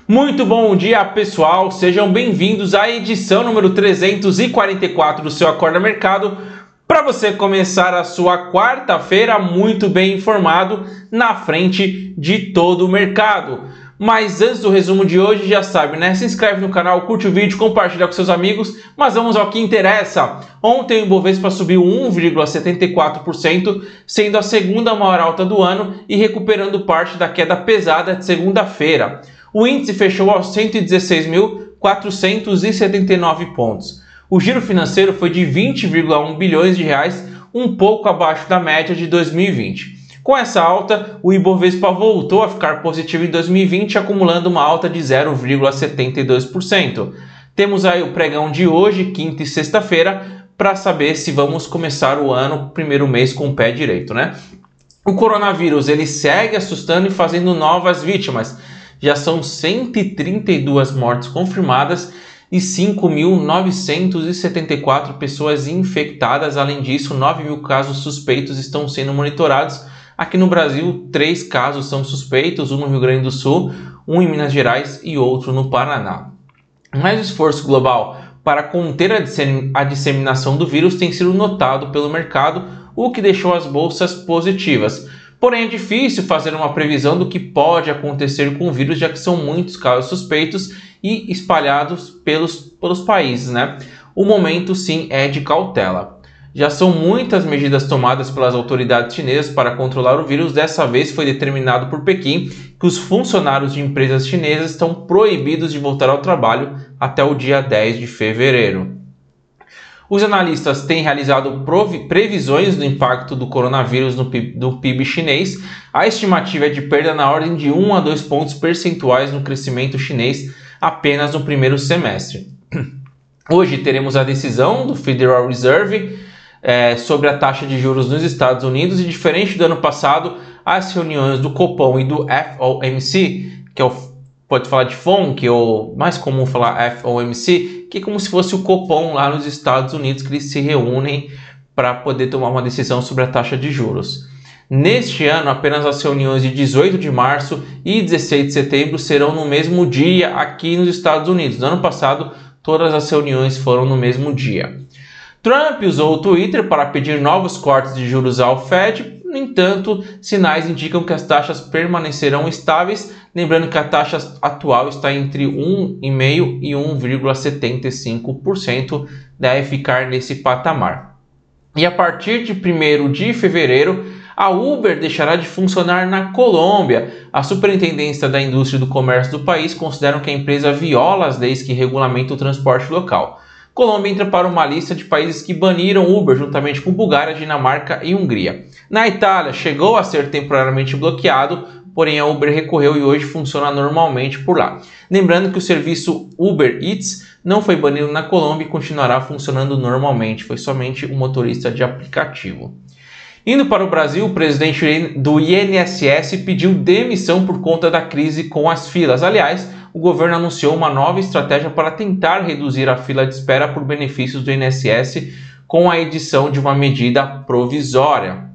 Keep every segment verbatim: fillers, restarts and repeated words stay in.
Muito bom dia, pessoal, sejam bem-vindos à edição número trezentos e quarenta e quatro do seu Acorda Mercado, para você começar a sua quarta-feira muito bem informado na frente de todo o mercado. Mas antes do resumo de hoje, já sabe, né? Se inscreve no canal, curte o vídeo, compartilha com seus amigos, mas vamos ao que interessa. Ontem o Ibovespa subiu um vírgula setenta e quatro por cento, sendo a segunda maior alta do ano e recuperando parte da queda pesada de segunda-feira. O índice fechou aos cento e dezesseis mil quatrocentos e setenta e nove pontos. O giro financeiro foi de vinte vírgula um bilhões de reais, um pouco abaixo da média de dois mil e vinte. Com essa alta, o Ibovespa voltou a ficar positivo em dois mil e vinte, acumulando uma alta de zero vírgula setenta e dois por cento. Temos aí o pregão de hoje, quinta e sexta-feira, para saber se vamos começar o ano, primeiro mês, com o pé direito, né? O coronavírus ele segue assustando e fazendo novas vítimas. Já são cento e trinta e duas mortes confirmadas e cinco mil novecentos e setenta e quatro pessoas infectadas. Além disso, nove mil casos suspeitos estão sendo monitorados. Aqui no Brasil, três casos são suspeitos, um no Rio Grande do Sul, um em Minas Gerais e outro no Paraná. Mas o esforço global para conter a disseminação do vírus tem sido notado pelo mercado, o que deixou as bolsas positivas. Porém, é difícil fazer uma previsão do que pode acontecer com o vírus, já que são muitos casos suspeitos e espalhados pelos, pelos países, né? O momento, sim, é de cautela. Já são muitas medidas tomadas pelas autoridades chinesas para controlar o vírus. Dessa vez foi determinado por Pequim que os funcionários de empresas chinesas estão proibidos de voltar ao trabalho até o dia dez de fevereiro. Os analistas têm realizado previsões do impacto do coronavírus no P I B, do P I B chinês. A estimativa é de perda na ordem de um a dois pontos percentuais no crescimento chinês apenas no primeiro semestre. Hoje teremos a decisão do Federal Reserve é, sobre a taxa de juros nos Estados Unidos, e diferente do ano passado, as reuniões do Copom e do F O M C, que é o, pode falar de F O M C, ou mais comum falar F O M C, que é como se fosse o Copom lá nos Estados Unidos, que eles se reúnem para poder tomar uma decisão sobre a taxa de juros. Neste ano, apenas as reuniões de dezoito de março e dezesseis de setembro serão no mesmo dia aqui nos Estados Unidos. No ano passado, todas as reuniões foram no mesmo dia. Trump usou o Twitter para pedir novos cortes de juros ao Fed. No entanto, sinais indicam que as taxas permanecerão estáveis, lembrando que a taxa atual está entre um vírgula cinco por cento e um vírgula setenta e cinco por cento, deve ficar nesse patamar. E a partir de primeiro de fevereiro, a Uber deixará de funcionar na Colômbia. A Superintendência da Indústria e do Comércio do país considera que a empresa viola as leis que regulamentam o transporte local. Colômbia entra para uma lista de países que baniram Uber, juntamente com Bulgária, Dinamarca e Hungria. Na Itália, chegou a ser temporariamente bloqueado, porém a Uber recorreu e hoje funciona normalmente por lá. Lembrando que o serviço Uber Eats não foi banido na Colômbia e continuará funcionando normalmente, foi somente um motorista de aplicativo. Indo para o Brasil, o presidente do I N S S pediu demissão por conta da crise com as filas. Aliás, o governo anunciou uma nova estratégia para tentar reduzir a fila de espera por benefícios do I N S S com a edição de uma medida provisória.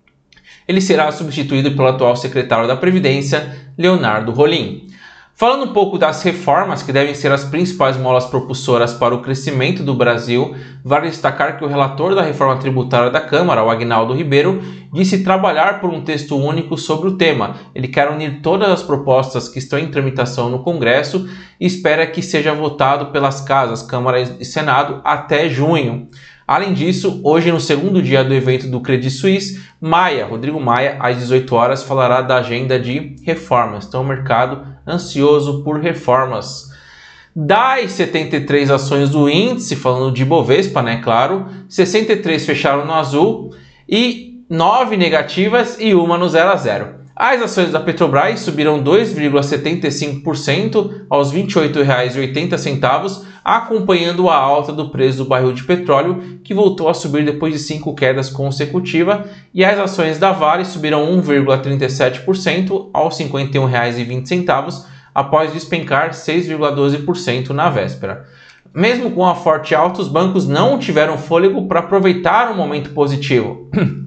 Ele será substituído pelo atual secretário da Previdência, Leonardo Rolim. Falando um pouco das reformas que devem ser as principais molas propulsoras para o crescimento do Brasil, vale destacar que o relator da reforma tributária da Câmara, o Aguinaldo Ribeiro, disse trabalhar por um texto único sobre o tema. Ele quer unir todas as propostas que estão em tramitação no Congresso e espera que seja votado pelas casas, Câmara e Senado, até junho. Além disso, hoje no segundo dia do evento do Credit Suisse, Maia, Rodrigo Maia, às dezoito horas, falará da agenda de reformas. Então o mercado ansioso por reformas. Das setenta e três ações do índice, falando de Bovespa, né, claro, sessenta e três fecharam no azul e nove negativas e uma no zero a zero. As ações da Petrobras subiram dois vírgula setenta e cinco por cento aos vinte e oito reais e oitenta centavos, acompanhando a alta do preço do barril de petróleo, que voltou a subir depois de cinco quedas consecutivas, e as ações da Vale subiram um vírgula trinta e sete por cento aos cinquenta e um reais e vinte centavos, após despencar seis vírgula doze por cento na véspera. Mesmo com a forte alta, os bancos não tiveram fôlego para aproveitar o momento positivo.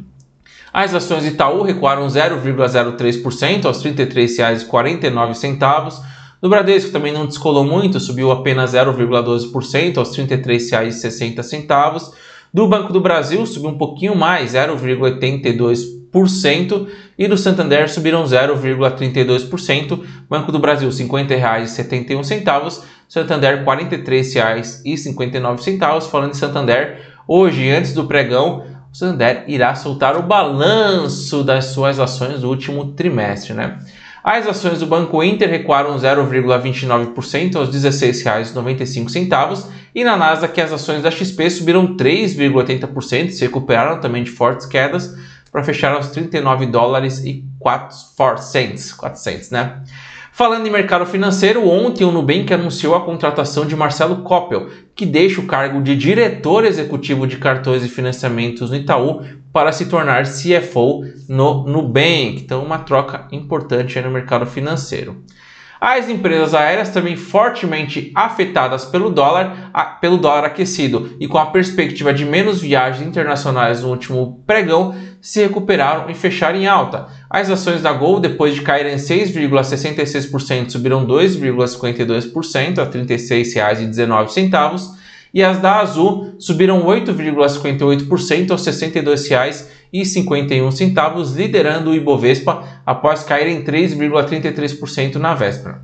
As ações de Itaú recuaram zero vírgula zero três por cento aos trinta e três reais e quarenta e nove centavos, No Bradesco também não descolou muito, subiu apenas zero vírgula doze por cento aos trinta e três reais e sessenta centavos. Do Banco do Brasil subiu um pouquinho mais, zero vírgula oitenta e dois por cento, e do Santander subiram zero vírgula trinta e dois por cento. Banco do Brasil cinquenta reais e setenta e um centavos, Santander quarenta e três reais e cinquenta e nove centavos. Falando em Santander, hoje, antes do pregão, o Santander irá soltar o balanço das suas ações do último trimestre, né? As ações do Banco Inter recuaram zero vírgula vinte e nove por cento aos dezesseis reais e noventa e cinco centavos, e na Nasdaq as ações da X P subiram três vírgula oitenta por cento, se recuperaram também de fortes quedas, para fechar aos trinta e nove dólares e quatro centavos, né? Falando em mercado financeiro, ontem o Nubank anunciou a contratação de Marcelo Coppel, que deixa o cargo de diretor executivo de cartões e financiamentos no Itaú para se tornar C F O no Nubank. Então, uma troca importante aí no mercado financeiro. As empresas aéreas também fortemente afetadas pelo dólar, a, pelo dólar aquecido e com a perspectiva de menos viagens internacionais no último pregão, se recuperaram e fecharam em alta. As ações da Gol, depois de caírem seis vírgula sessenta e seis por cento, subiram dois vírgula cinquenta e dois por cento a trinta e seis reais e dezenove centavos, e as da Azul subiram oito vírgula cinquenta e oito por cento aos sessenta e dois reais e cinquenta e um centavos, liderando o Ibovespa após caírem três vírgula trinta e três por cento na véspera.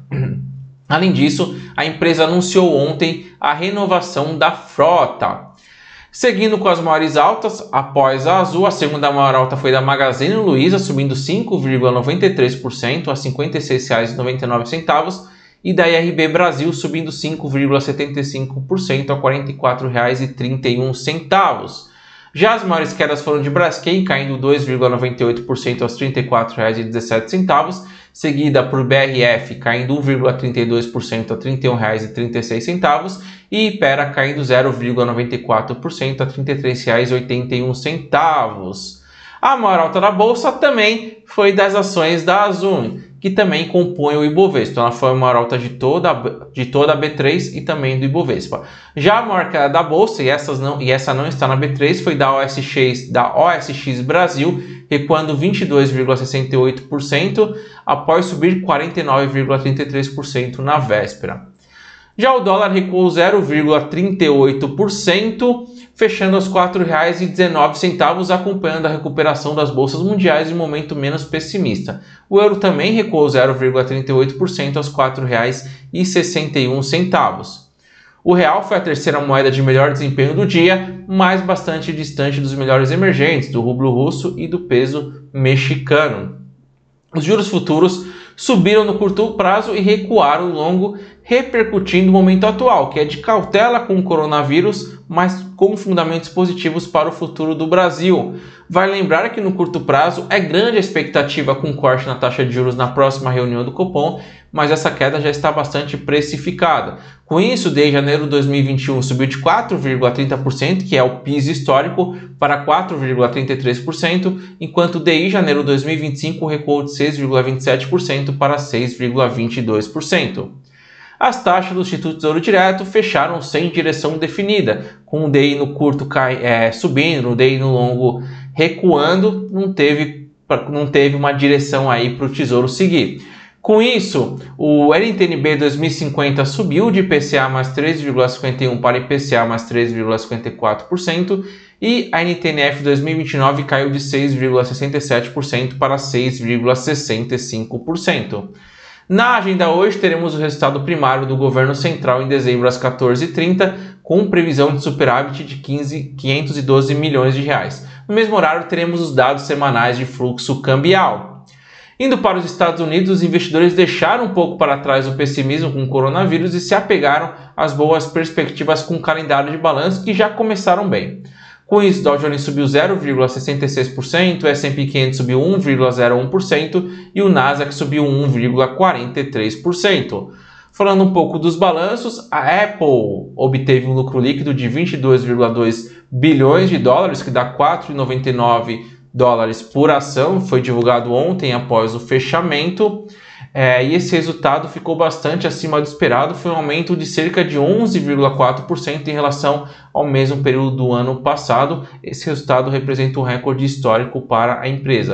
Além disso, a empresa anunciou ontem a renovação da frota. Seguindo com as maiores altas, após a Azul, a segunda maior alta foi da Magazine Luiza, subindo cinco vírgula noventa e três por cento a cinquenta e seis reais e noventa e nove centavos, e da I R B Brasil, subindo cinco vírgula setenta e cinco por cento a quarenta e quatro reais e trinta e um centavos. Já as maiores quedas foram de Braskem, caindo dois vírgula noventa e oito por cento aos trinta e quatro reais e dezessete centavos, seguida por B R F, caindo um vírgula trinta e dois por cento a trinta e um reais e trinta e seis centavos, e Ipera caindo zero vírgula noventa e quatro por cento a trinta e três reais e oitenta e um centavos. A maior alta da bolsa também foi das ações da Azul, que também compõe o Ibovespa. Então, ela foi a maior alta de toda, de toda a B três e também do Ibovespa. Já a maior queda da bolsa, e, essas não, e essa não está na B três, foi da O S X, da O S X Brasil, recuando vinte e dois vírgula sessenta e oito por cento após subir quarenta e nove vírgula trinta e três por cento na véspera. Já o dólar recuou zero vírgula trinta e oito por cento, fechando aos quatro reais e dezenove centavos, acompanhando a recuperação das bolsas mundiais em um momento menos pessimista. O euro também recuou zero vírgula trinta e oito por cento aos quatro reais e sessenta e um centavos. O real foi a terceira moeda de melhor desempenho do dia, mas bastante distante dos melhores emergentes, do rublo russo e do peso mexicano. Os juros futuros subiram no curto prazo e recuaram no longo, repercutindo o momento atual, que é de cautela com o coronavírus, mas com fundamentos positivos para o futuro do Brasil. Vale lembrar que no curto prazo é grande a expectativa com corte na taxa de juros na próxima reunião do Copom, mas essa queda já está bastante precificada. Com isso, desde janeiro de dois mil e vinte e um subiu de quatro vírgula trinta por cento, que é o piso histórico, para quatro vírgula trinta e três por cento, enquanto o D I janeiro de dois mil e vinte e cinco recuou de seis vírgula vinte e sete por cento para seis vírgula vinte e dois por cento. As taxas do Instituto Tesouro Direto fecharam sem direção definida, com o D I no curto cai, é, subindo, o D I no longo recuando, não teve, não teve uma direção aí para o Tesouro seguir. Com isso, o N T N B dois mil e cinquenta subiu de I P C A mais três vírgula cinquenta e um por cento para I P C A mais três vírgula cinquenta e quatro por cento e a N T N F dois mil e vinte e nove caiu de seis vírgula sessenta e sete por cento para seis vírgula sessenta e cinco por cento. Na agenda hoje teremos o resultado primário do governo central em dezembro às quatorze e trinta, com previsão de superávit de quinhentos e doze milhões de reais. No mesmo horário teremos os dados semanais de fluxo cambial. Indo para os Estados Unidos, os investidores deixaram um pouco para trás o pessimismo com o coronavírus e se apegaram às boas perspectivas com o calendário de balanço que já começaram bem. Com isso, o Dow Jones subiu zero vírgula sessenta e seis por cento, o S and P quinhentos subiu um vírgula zero um por cento e o Nasdaq subiu um vírgula quarenta e três por cento. Falando um pouco dos balanços, a Apple obteve um lucro líquido de vinte e dois vírgula dois bilhões de dólares, que dá quatro vírgula noventa e nove dólares por ação, foi divulgado ontem após o fechamento. É, e esse resultado ficou bastante acima do esperado, foi um aumento de cerca de onze vírgula quatro por cento em relação ao mesmo período do ano passado. Esse resultado representa um recorde histórico para a empresa.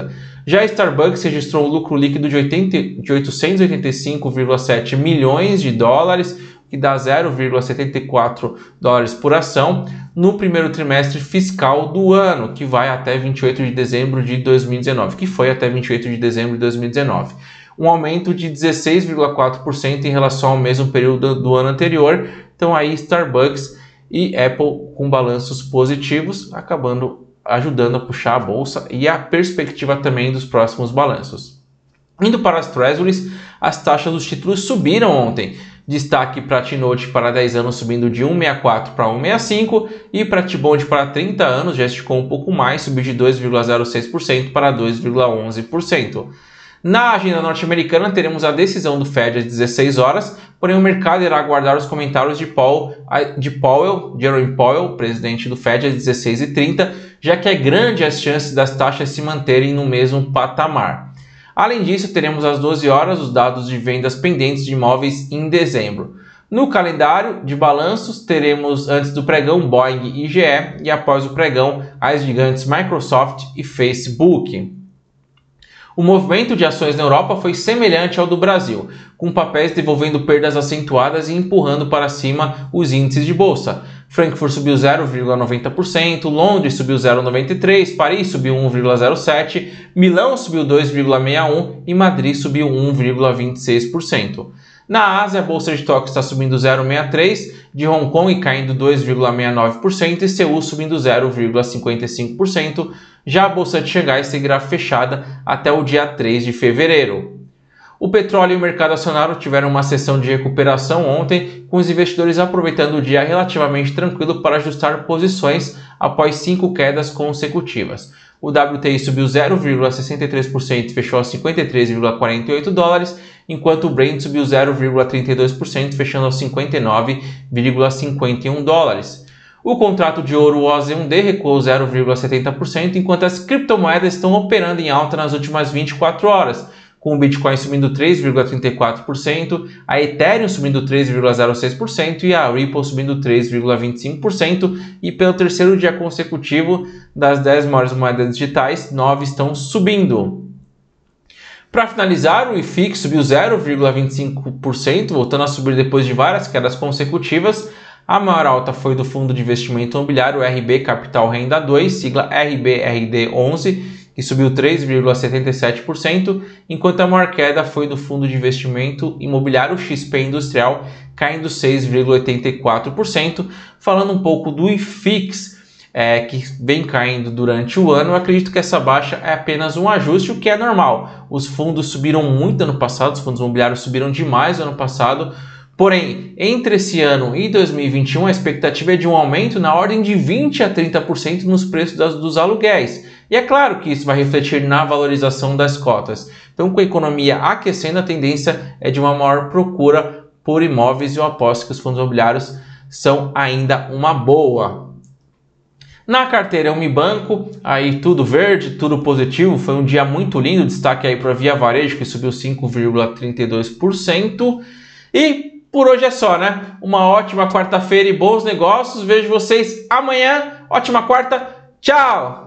Já a Starbucks registrou um lucro líquido de, de oitocentos e oitenta e cinco vírgula sete milhões de dólares, que dá zero vírgula setenta e quatro dólares por ação, no primeiro trimestre fiscal do ano, que vai até vinte e oito de dezembro de dois mil e dezenove, que foi até vinte e oito de dezembro de dois mil e dezenove. Um aumento de dezesseis vírgula quatro por cento em relação ao mesmo período do ano anterior. Então aí Starbucks e Apple com balanços positivos, acabando ajudando a puxar a bolsa e a perspectiva também dos próximos balanços. Indo para as Treasuries, as taxas dos títulos subiram ontem. Destaque para T-Note para dez anos subindo de um vírgula sessenta e quatro para um vírgula sessenta e cinco e para T-Bond para trinta anos já esticou um pouco mais, subiu de dois vírgula zero seis por cento para dois vírgula onze por cento. Na agenda norte-americana teremos a decisão do Fed às dezesseis horas, porém o mercado irá aguardar os comentários de, Paul, de Powell, Jerome Powell, presidente do Fed, às dezesseis e trinta, já que é grande as chances das taxas se manterem no mesmo patamar. Além disso, teremos às doze horas os dados de vendas pendentes de imóveis em dezembro. No calendário de balanços, teremos antes do pregão Boeing e I G E e após o pregão as gigantes Microsoft e Facebook. O movimento de ações na Europa foi semelhante ao do Brasil, com papéis devolvendo perdas acentuadas e empurrando para cima os índices de bolsa. Frankfurt subiu zero vírgula noventa por cento, Londres subiu zero vírgula noventa e três por cento, Paris subiu um vírgula zero sete por cento, Milão subiu dois vírgula sessenta e um por cento e Madrid subiu um vírgula vinte e seis por cento. Na Ásia, a bolsa de Tóquio está subindo zero vírgula sessenta e três por cento, de Hong Kong caindo dois vírgula sessenta e nove por cento e Seul subindo zero vírgula cinquenta e cinco por cento. Já a bolsa de Xangai seguirá fechada até o dia três de fevereiro. O petróleo e o mercado acionário tiveram uma sessão de recuperação ontem, com os investidores aproveitando o dia relativamente tranquilo para ajustar posições após cinco quedas consecutivas. O W T I subiu zero vírgula sessenta e três por cento e fechou a cinquenta e três vírgula quarenta e oito dólares, enquanto o Brent subiu zero vírgula trinta e dois por cento, fechando aos cinquenta e nove vírgula cinquenta e um dólares. O contrato de ouro O Z um D recuou zero vírgula setenta por cento, enquanto as criptomoedas estão operando em alta nas últimas vinte e quatro horas, com o Bitcoin subindo três vírgula trinta e quatro por cento, a Ethereum subindo três vírgula zero seis por cento e a Ripple subindo três vírgula vinte e cinco por cento, e pelo terceiro dia consecutivo, das dez maiores moedas digitais, nove estão subindo. Para finalizar, o I F I X subiu zero vírgula vinte e cinco por cento, voltando a subir depois de várias quedas consecutivas. A maior alta foi do fundo de investimento imobiliário R B Capital Renda dois, sigla R B R D onze, que subiu três vírgula setenta e sete por cento, enquanto a maior queda foi do fundo de investimento imobiliário X P Industrial, caindo seis vírgula oitenta e quatro por cento. Falando um pouco do I F I X, é, que vem caindo durante o ano, eu acredito que essa baixa é apenas um ajuste, o que é normal. Os fundos subiram muito ano passado, os fundos imobiliários subiram demais ano passado. Porém, entre esse ano e dois mil e vinte e um, a expectativa é de um aumento na ordem de vinte a trinta por cento nos preços das, dos aluguéis. E é claro que isso vai refletir na valorização das cotas. Então, com a economia aquecendo, a tendência é de uma maior procura por imóveis e eu aposto que os fundos imobiliários são ainda uma boa. Na carteira Unibanco, aí tudo verde, tudo positivo, foi um dia muito lindo, destaque aí para a Via Varejo, que subiu cinco vírgula trinta e dois por cento. E por hoje é só, né? Uma ótima quarta-feira e bons negócios. Vejo vocês amanhã. Ótima quarta. Tchau!